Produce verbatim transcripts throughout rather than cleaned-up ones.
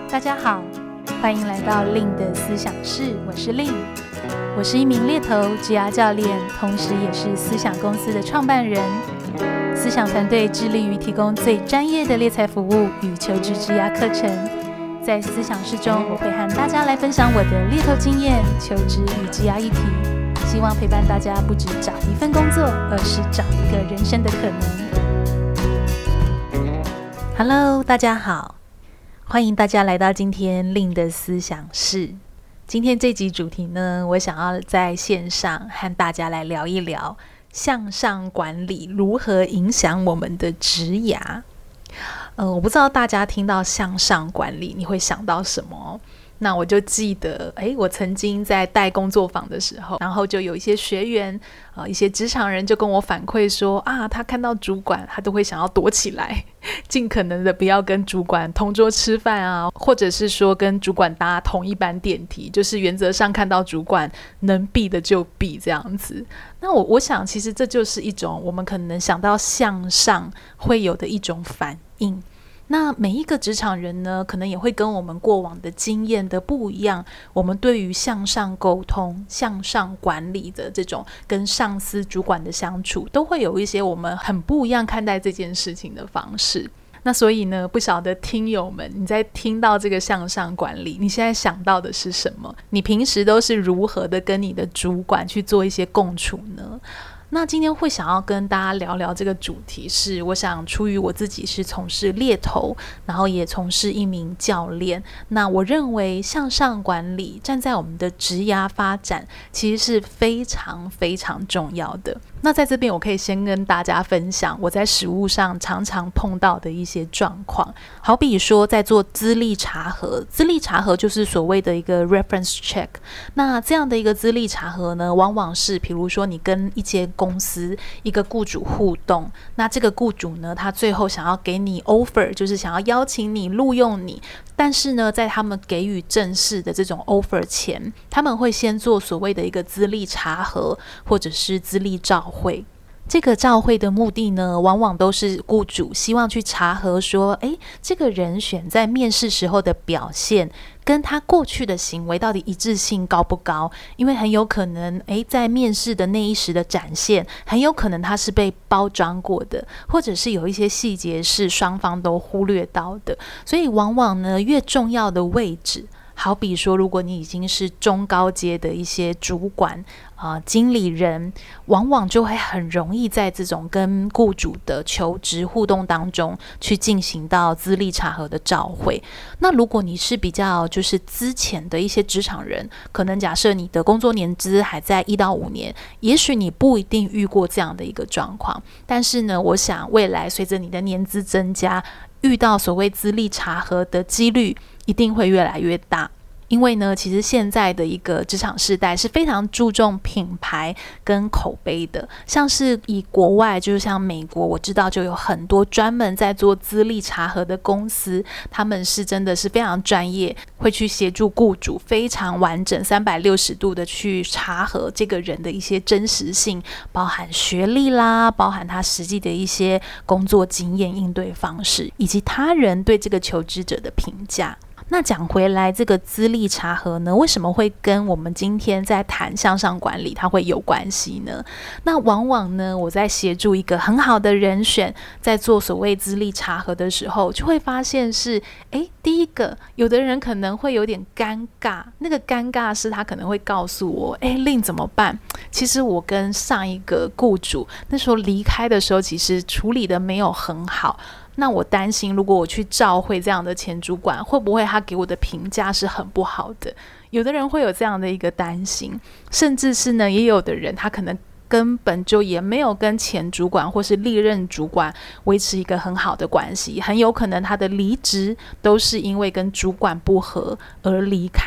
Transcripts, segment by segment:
大家好，欢迎来到令的思想室，我是令。我是一名猎头职涯教练，同时也是思想公司的创办人。思想团队致力于提供最专业的猎才服务与求职职涯课程。在思想室中，我会和大家来分享我的猎头经验、求职与职涯议题，希望陪伴大家不只找一份工作，而是找一个人生的可能。Hello， 大家好，欢迎大家来到今天令的思想室。今天这集主题呢，我想要在线上和大家来聊一聊向上管理如何影响我们的职涯。呃，我不知道大家听到向上管理，你会想到什么？那我就记得，诶，我曾经在带工作坊的时候，然后就有一些学员，呃，一些职场人就跟我反馈说，啊，他看到主管，他都会想要躲起来，尽可能的不要跟主管同桌吃饭啊，或者是说跟主管搭同一班电梯，就是原则上看到主管能避的就避这样子。那我我想，其实这就是一种我们可能想到向上会有的一种反应。那每一个职场人呢，可能也会跟我们过往的经验的不一样，我们对于向上沟通、向上管理的这种跟上司主管的相处，都会有一些我们很不一样看待这件事情的方式。那所以呢，不晓得听友们，你在听到这个向上管理，你现在想到的是什么？你平时都是如何的跟你的主管去做一些共处呢？那今天会想要跟大家聊聊这个主题是，我想出于我自己是从事猎头，然后也从事一名教练，那我认为向上管理站在我们的职涯发展其实是非常非常重要的。那在这边我可以先跟大家分享我在实务上常常碰到的一些状况，好比说在做资历查核，资历查核就是所谓的一个 reference check。 那这样的一个资历查核呢，往往是比如说你跟一间公司一个雇主互动，那这个雇主呢，他最后想要给你 offer， 就是想要邀请你录用你，但是呢，在他们给予正式的这种 offer 前，他们会先做所谓的一个资历查核，或者是资历照会。这个照会的目的呢，往往都是雇主希望去查核说，诶，这个人选在面试时候的表现跟他过去的行为到底一致性高不高？因为很有可能，诶，在面试的那一时的展现，很有可能他是被包装过的，或者是有一些细节是双方都忽略到的。所以往往呢，越重要的位置，好比说，如果你已经是中高阶的一些主管、呃、经理人，往往就会很容易在这种跟雇主的求职互动当中去进行到资历查核的照会。那如果你是比较就是资浅的一些职场人，可能假设你的工作年资还在一到五年，也许你不一定遇过这样的一个状况，但是呢，我想未来随着你的年资增加，遇到所谓资历查核的几率一定会越来越大。因为呢，其实现在的一个职场世代是非常注重品牌跟口碑的，像是以国外，就是像美国，我知道就有很多专门在做资历查核的公司，他们是真的是非常专业，会去协助雇主非常完整三百六十度的去查核这个人的一些真实性，包含学历啦，包含他实际的一些工作经验、应对方式，以及他人对这个求职者的评价。那讲回来，这个资历查核呢，为什么会跟我们今天在谈向上管理它会有关系呢？那往往呢，我在协助一个很好的人选在做所谓资历查核的时候，就会发现是，诶，第一个，有的人可能会有点尴尬，那个尴尬是他可能会告诉我，诶，令怎么办？其实我跟上一个雇主那时候离开的时候，其实处理的没有很好。那我担心，如果我去照会这样的前主管，会不会他给我的评价是很不好的？有的人会有这样的一个担心，甚至是呢，也有的人他可能根本就也没有跟前主管或是历任主管维持一个很好的关系，很有可能他的离职都是因为跟主管不合而离开。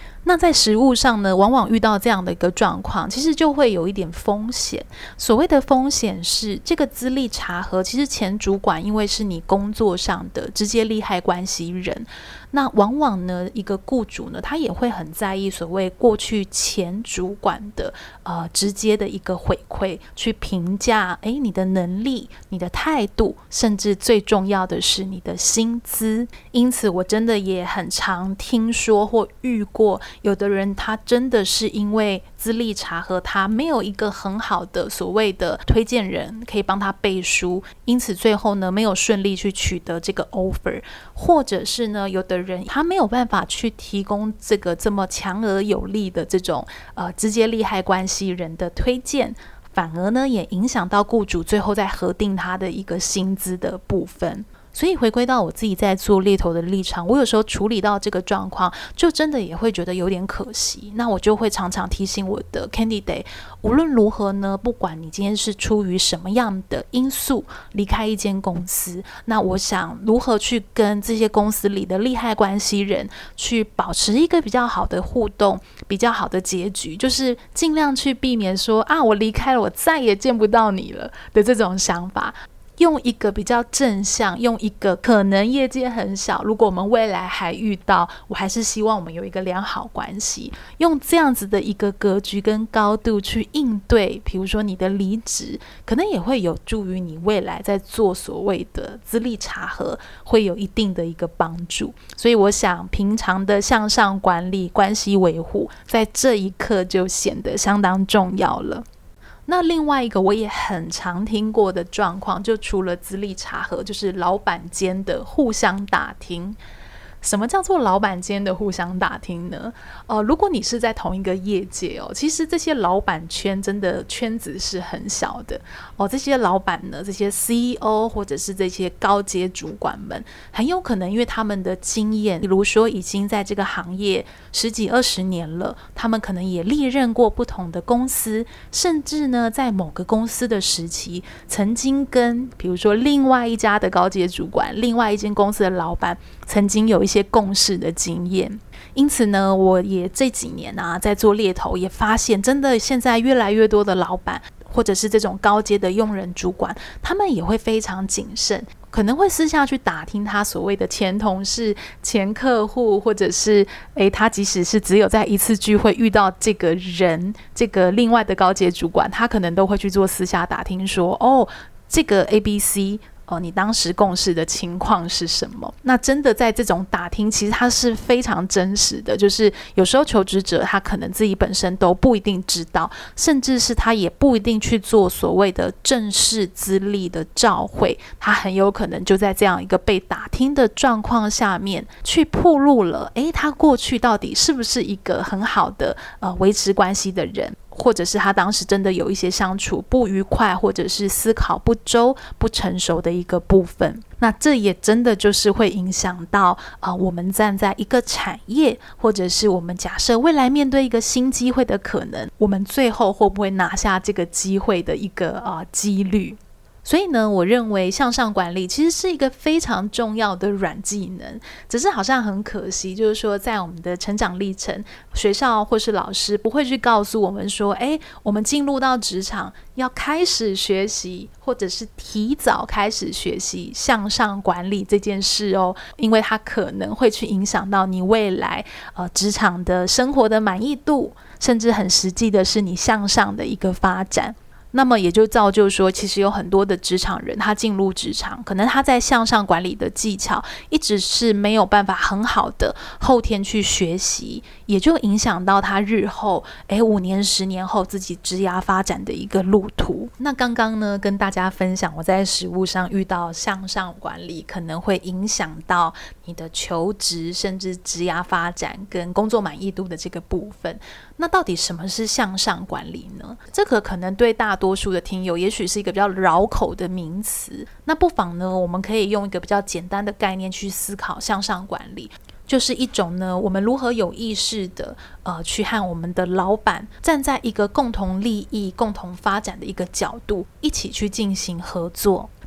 那在实务上呢，往往遇到这样的一个状况，其实就会有一点风险。所谓的风险是，这个资历查核，其实前主管因为是你工作上的直接利害关系人，那往往呢，一个雇主呢，他也会很在意所谓过去前主管的呃直接的一个回馈，去评价诶你的能力、你的态度，甚至最重要的是你的薪资。因此，我真的也很常听说或遇过。有的人他真的是因为资历查核，他没有一个很好的所谓的推荐人可以帮他背书，因此最后呢没有顺利去取得这个 offer， 或者是呢有的人他没有办法去提供这个这么强而有力的这种呃直接利害关系人的推荐，反而呢也影响到雇主最后在核定他的一个薪资的部分。所以回归到我自己在做猎头的立场，我有时候处理到这个状况，就真的也会觉得有点可惜。那我就会常常提醒我的 candidate， 无论如何呢，不管你今天是出于什么样的因素离开一间公司，那我想如何去跟这些公司里的利害关系人去保持一个比较好的互动，比较好的结局，就是尽量去避免说啊，我离开了，我再也见不到你了的这种想法。用一个比较正向，用一个可能业界很小，如果我们未来还遇到，我还是希望我们有一个良好关系，用这样子的一个格局跟高度去应对，比如说你的离职，可能也会有助于你未来在做所谓的资历查核，会有一定的一个帮助。所以我想平常的向上管理、关系维护，在这一刻就显得相当重要了。那另外一个我也很常听过的状况，就除了资历查核，就是老板间的互相打听。什么叫做老板间的互相打听呢？呃，如果你是在同一个业界哦，其实这些老板圈真的圈子是很小的哦。这些老板呢，这些 C E O 或者是这些高阶主管们，很有可能因为他们的经验，比如说已经在这个行业十几二十年了，他们可能也历任过不同的公司，甚至呢，在某个公司的时期，曾经跟比如说另外一家的高阶主管，另外一间公司的老板，曾经有一些共事的经验。因此呢，我也这几年啊，在做猎头也发现，真的现在越来越多的老板或者是这种高阶的用人主管，他们也会非常谨慎，可能会私下去打听他所谓的前同事、前客户，或者是诶，他即使是只有在一次聚会遇到这个人，这个另外的高阶主管，他可能都会去做私下打听说，哦，这个 A B C哦，你当时共事的情况是什么？那真的在这种打听，其实它是非常真实的，就是有时候求职者他可能自己本身都不一定知道，甚至是他也不一定去做所谓的正式资历的照会，他很有可能就在这样一个被打听的状况下面去暴露了，诶，他过去到底是不是一个很好的呃维持关系的人，或者是他当时真的有一些相处不愉快，或者是思考不周、不成熟的一个部分。那这也真的就是会影响到呃，我们站在一个产业，或者是我们假设未来面对一个新机会的可能，我们最后会不会拿下这个机会的一个呃几率。所以呢，我认为向上管理其实是一个非常重要的软技能，只是好像很可惜，就是说在我们的成长历程，学校或是老师不会去告诉我们说，诶，我们进入到职场要开始学习，或者是提早开始学习向上管理这件事哦，因为它可能会去影响到你未来呃职场的生活的满意度，甚至很实际的是你向上的一个发展。那么也就造就说，其实有很多的职场人，他进入职场，可能他在向上管理的技巧一直是没有办法很好的后天去学习，也就影响到他日后诶五年十年后自己职涯发展的一个路途。那刚刚呢跟大家分享我在实务上遇到向上管理可能会影响到你的求职甚至职涯发展跟工作满意度的这个部分。那到底什么是向上管理呢？这个可能对大多数的听友也许是一个比较绕口的名词，那不妨呢我们可以用一个比较简单的概念去思考向上管理，就是一种呢我们如何有意识的呃去和我们的老板站在一个共同利益共同发展的一个角度一起去进行合作。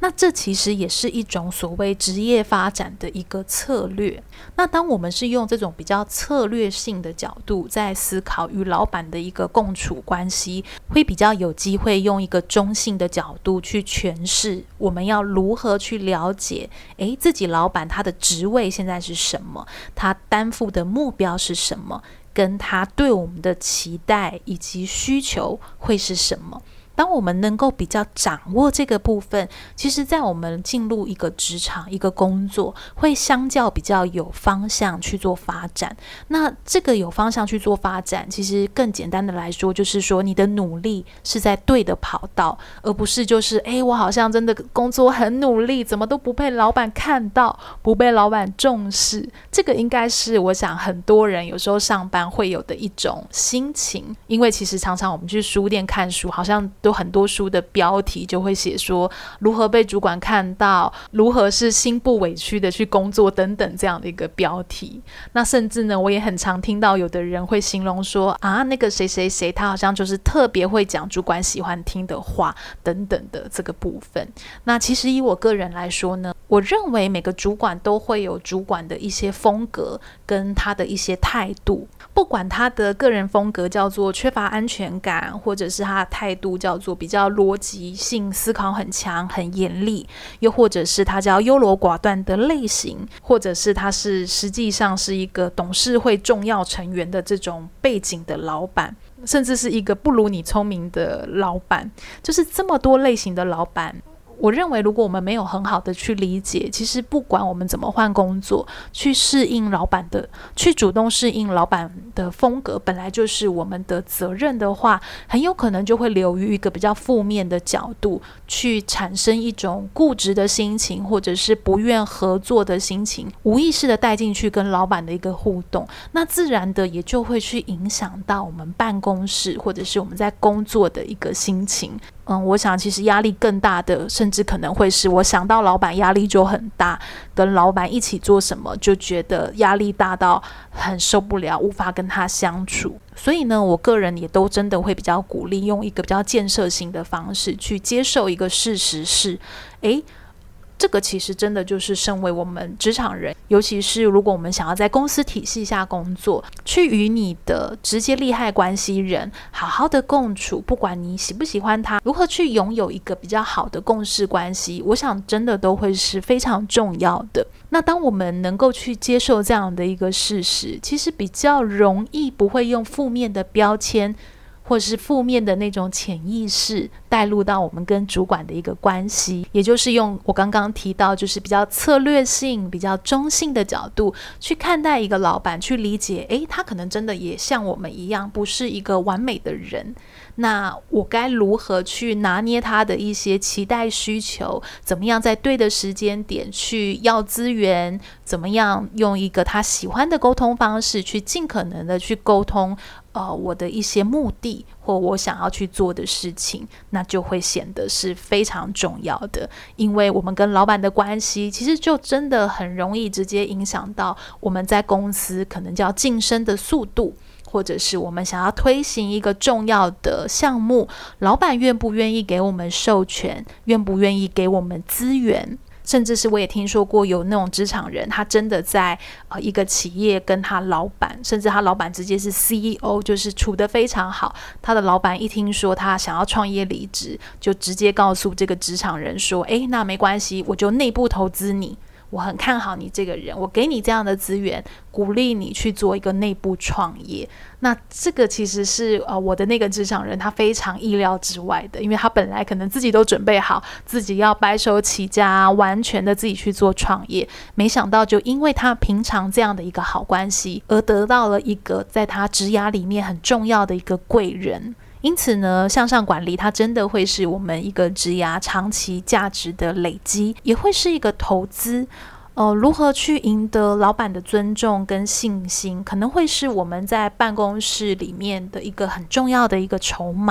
那这其实也是一种所谓职业发展的一个策略。那当我们是用这种比较策略性的角度在思考与老板的一个共处关系，会比较有机会用一个中性的角度去诠释我们要如何去了解诶自己老板他的职位现在是什么，他担负的目标是什么，跟他对我们的期待以及需求会是什么。当我们能够比较掌握这个部分，其实在我们进入一个职场一个工作会相较比较有方向去做发展。那这个有方向去做发展，其实更简单的来说就是说你的努力是在对的跑道，而不是就是诶我好像真的工作很努力，怎么都不被老板看到，不被老板重视。这个应该是我想很多人有时候上班会有的一种心情。因为其实常常我们去书店看书，好像都很多书的标题就会写说如何被主管看到，如何是心不委屈的去工作等等这样的一个标题。那甚至呢我也很常听到有的人会形容说啊那个谁谁谁他好像就是特别会讲主管喜欢听的话等等的这个部分。那其实以我个人来说呢，我认为每个主管都会有主管的一些风格跟他的一些态度，不管他的个人风格叫做缺乏安全感，或者是他的态度叫做比较逻辑性思考很强很严厉，又或者是他叫优柔寡断的类型，或者是他是实际上是一个董事会重要成员的这种背景的老板，甚至是一个不如你聪明的老板。就是这么多类型的老板，我认为如果我们没有很好的去理解，其实不管我们怎么换工作，去适应老板的去主动适应老板的风格本来就是我们的责任的话，很有可能就会流于一个比较负面的角度，去产生一种固执的心情，或者是不愿合作的心情，无意识的带进去跟老板的一个互动，那自然的也就会去影响到我们办公室或者是我们在工作的一个心情。嗯，我想其实压力更大的，甚至可能会是我想到老板压力就很大，跟老板一起做什么就觉得压力大到很受不了，无法跟他相处。所以呢，我个人也都真的会比较鼓励用一个比较建设性的方式去接受一个事实是，诶这个其实真的就是身为我们职场人，尤其是如果我们想要在公司体系下工作，去与你的直接利害关系人好好的共处，不管你喜不喜欢他，如何去拥有一个比较好的共事关系，我想真的都会是非常重要的。那当我们能够去接受这样的一个事实，其实比较容易不会用负面的标签或是负面的那种潜意识带入到我们跟主管的一个关系，也就是用我刚刚提到就是比较策略性比较中性的角度去看待一个老板，去理解诶他可能真的也像我们一样不是一个完美的人，那我该如何去拿捏他的一些期待需求，怎么样在对的时间点去要资源，怎么样用一个他喜欢的沟通方式去尽可能的去沟通呃，我的一些目的或我想要去做的事情，那就会显得是非常重要的。因为我们跟老板的关系其实就真的很容易直接影响到我们在公司可能叫晋升的速度，或者是我们想要推行一个重要的项目，老板愿不愿意给我们授权，愿不愿意给我们资源。甚至是我也听说过有那种职场人，他真的在、呃、一个企业跟他老板，甚至他老板直接是 C E O， 就是处得非常好，他的老板一听说他想要创业离职，就直接告诉这个职场人说，诶，那没关系，我就内部投资你，我很看好你这个人，我给你这样的资源，鼓励你去做一个内部创业。那这个其实是呃我的那个职场人他非常意料之外的，因为他本来可能自己都准备好自己要白手起家，完全的自己去做创业，没想到就因为他平常这样的一个好关系，而得到了一个在他职涯里面很重要的一个贵人。因此呢，向上管理它真的会是我们一个职涯长期价值的累积，也会是一个投资。呃，如何去赢得老板的尊重跟信心，可能会是我们在办公室里面的一个很重要的一个筹码。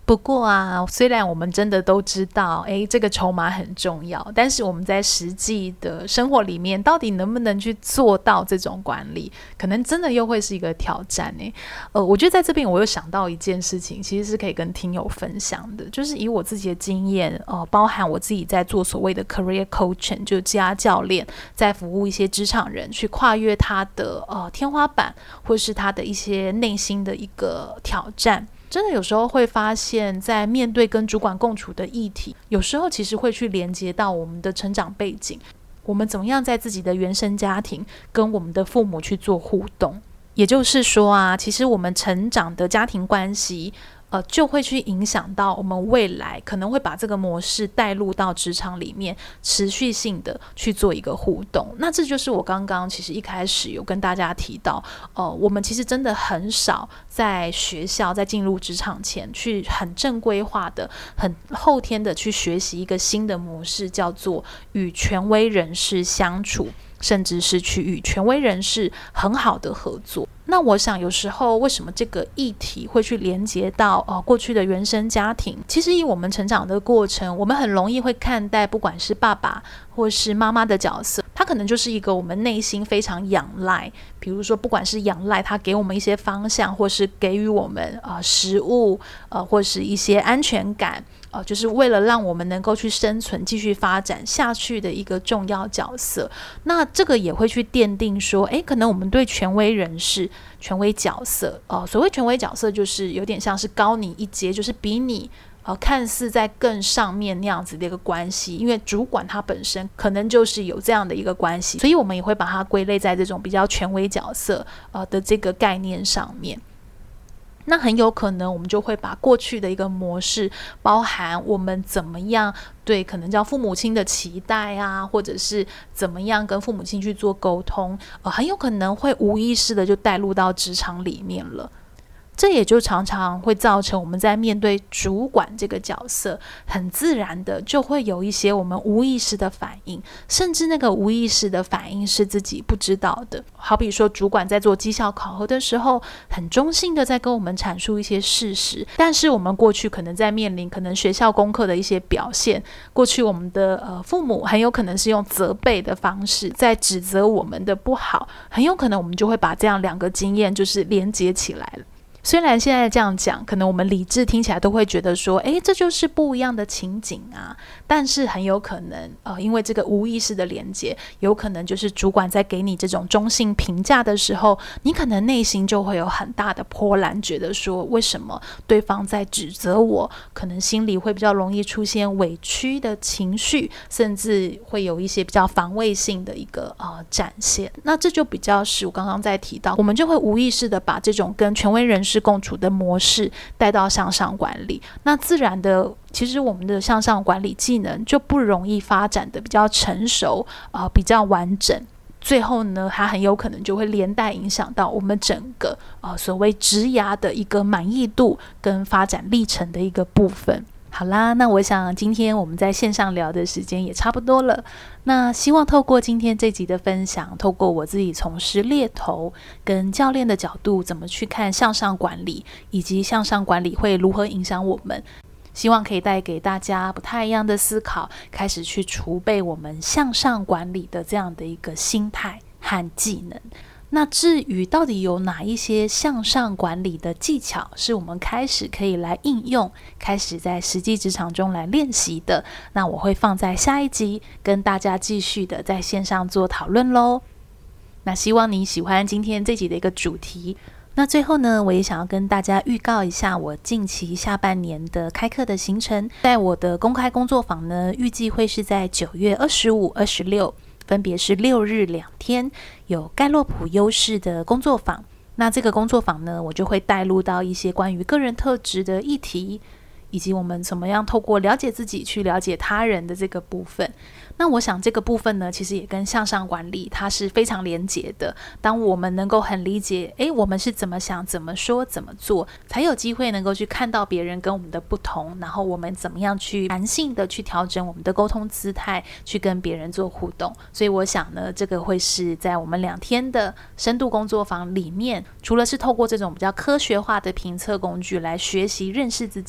不过啊，虽然我们真的都知道，诶，这个筹码很重要，但是我们在实际的生活里面，到底能不能去做到这种管理，可能真的又会是一个挑战诶。呃，我觉得在这边我又想到一件事情，其实是可以跟听友分享的，就是以我自己的经验，呃，包含我自己在做所谓的 career coaching， 就职涯教练，在服务一些职场人去跨越他的呃天花板，或是他的一些内心的一个挑战。真的有时候会发现，在面对跟主管共处的议题，有时候其实会去连接到我们的成长背景，我们怎么样在自己的原生家庭跟我们的父母去做互动。也就是说啊，其实我们成长的家庭关系呃，就会去影响到我们未来可能会把这个模式带入到职场里面，持续性的去做一个互动。那这就是我刚刚其实一开始有跟大家提到，呃，我们其实真的很少在学校在进入职场前去很正规化的、很后天的去学习一个新的模式，叫做与权威人士相处，甚至是去与权威人士很好的合作。那我想有时候为什么这个议题会去连接到呃过去的原生家庭，其实以我们成长的过程，我们很容易会看待不管是爸爸或是妈妈的角色，他可能就是一个我们内心非常仰赖，比如说不管是仰赖他给我们一些方向，或是给予我们呃食物呃或是一些安全感，呃，就是为了让我们能够去生存继续发展下去的一个重要角色。那这个也会去奠定说，诶，可能我们对权威人士权威角色，呃，所谓权威角色就是有点像是高你一阶，就是比你呃看似在更上面那样子的一个关系，因为主管他本身可能就是有这样的一个关系，所以我们也会把它归类在这种比较权威角色呃的这个概念上面。那很有可能我们就会把过去的一个模式，包含我们怎么样对可能叫父母亲的期待啊，或者是怎么样跟父母亲去做沟通，呃，很有可能会无意识的就带入到职场里面了。这也就常常会造成我们在面对主管这个角色，很自然的就会有一些我们无意识的反应，甚至那个无意识的反应是自己不知道的。好比说主管在做绩效考核的时候，很中性的在跟我们阐述一些事实，但是我们过去可能在面临可能学校功课的一些表现，过去我们的呃父母很有可能是用责备的方式在指责我们的不好，很有可能我们就会把这样两个经验就是连接起来了。虽然现在这样讲，可能我们理智听起来都会觉得说，诶，这就是不一样的情景啊。但是很有可能，呃，因为这个无意识的连接，有可能就是主管在给你这种中性评价的时候，你可能内心就会有很大的波澜，觉得说，为什么对方在指责我？可能心里会比较容易出现委屈的情绪，甚至会有一些比较防卫性的一个呃展现。那这就比较是我刚刚在提到，我们就会无意识的把这种跟权威人士共处的模式带到向上管理，那自然的其实我们的向上管理技能就不容易发展的比较成熟，呃，比较完整。最后呢，它很有可能就会连带影响到我们整个呃所谓职涯的一个满意度跟发展历程的一个部分。好啦，那我想今天我们在线上聊的时间也差不多了。那希望透过今天这集的分享，透过我自己从事猎头跟教练的角度，怎么去看向上管理，以及向上管理会如何影响我们，希望可以带给大家不太一样的思考，开始去储备我们向上管理的这样的一个心态和技能。那至于到底有哪一些向上管理的技巧是我们开始可以来应用，开始在实际职场中来练习的，那我会放在下一集跟大家继续的在线上做讨论咯。那希望你喜欢今天这集的一个主题。那最后呢，我也想要跟大家预告一下我近期下半年的开课的行程。在我的公开工作坊呢，预计会是在九月二十五、二十六，分别是六日两天，有盖洛普优势的工作坊。那这个工作坊呢，我就会带入到一些关于个人特质的议题，以及我们怎么样透过了解自己去了解他人的这个部分。那我想这个部分呢，其实也跟向上管理它是非常连结的。当我们能够很理解，诶，我们是怎么想、怎么说、怎么做，才有机会能够去看到别人跟我们的不同，然后我们怎么样去弹性的去调整我们的沟通姿态，去跟别人做互动。所以我想呢，这个会是在我们两天的深度工作坊里面，除了是透过这种比较科学化的评测工具来学习认识自己，也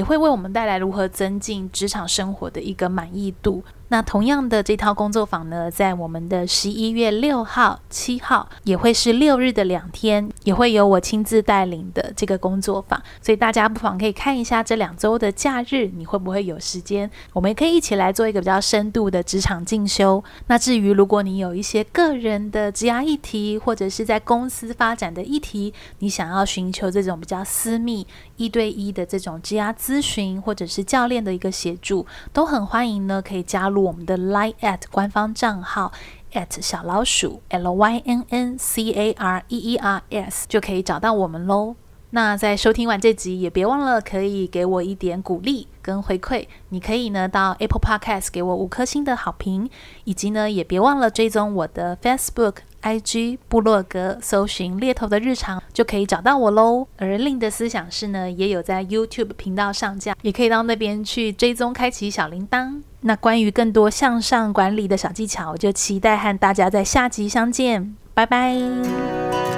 会为我们带来如何增进职场生活的一个满意度。那同样的这套工作坊呢，在我们的十一月六号、七号也会是六日的两天，也会由我亲自带领的这个工作坊，所以大家不妨可以看一下这两周的假日，你会不会有时间？我们也可以一起来做一个比较深度的职场进修。那至于如果你有一些个人的职涯议题，或者是在公司发展的议题，你想要寻求这种比较私密、一对一的这种职涯咨询，或者是教练的一个协助，都很欢迎呢，可以加入我们的 Line at 官方账号 at 小老鼠 L Y N N C A R E E R S 就可以找到我们咯。那在收听完这集，也别忘了可以给我一点鼓励跟回馈。你可以呢到 Apple Podcast 给我五颗星的好评，以及呢也别忘了追踪我的 Facebook、I G、部落格，搜寻猎头的日常就可以找到我咯。而Lynn的思想室呢也有在 YouTube 频道上架，也可以到那边去追踪，开启小铃铛。那关于更多向上管理的小技巧，我就期待和大家在下集相见，拜拜。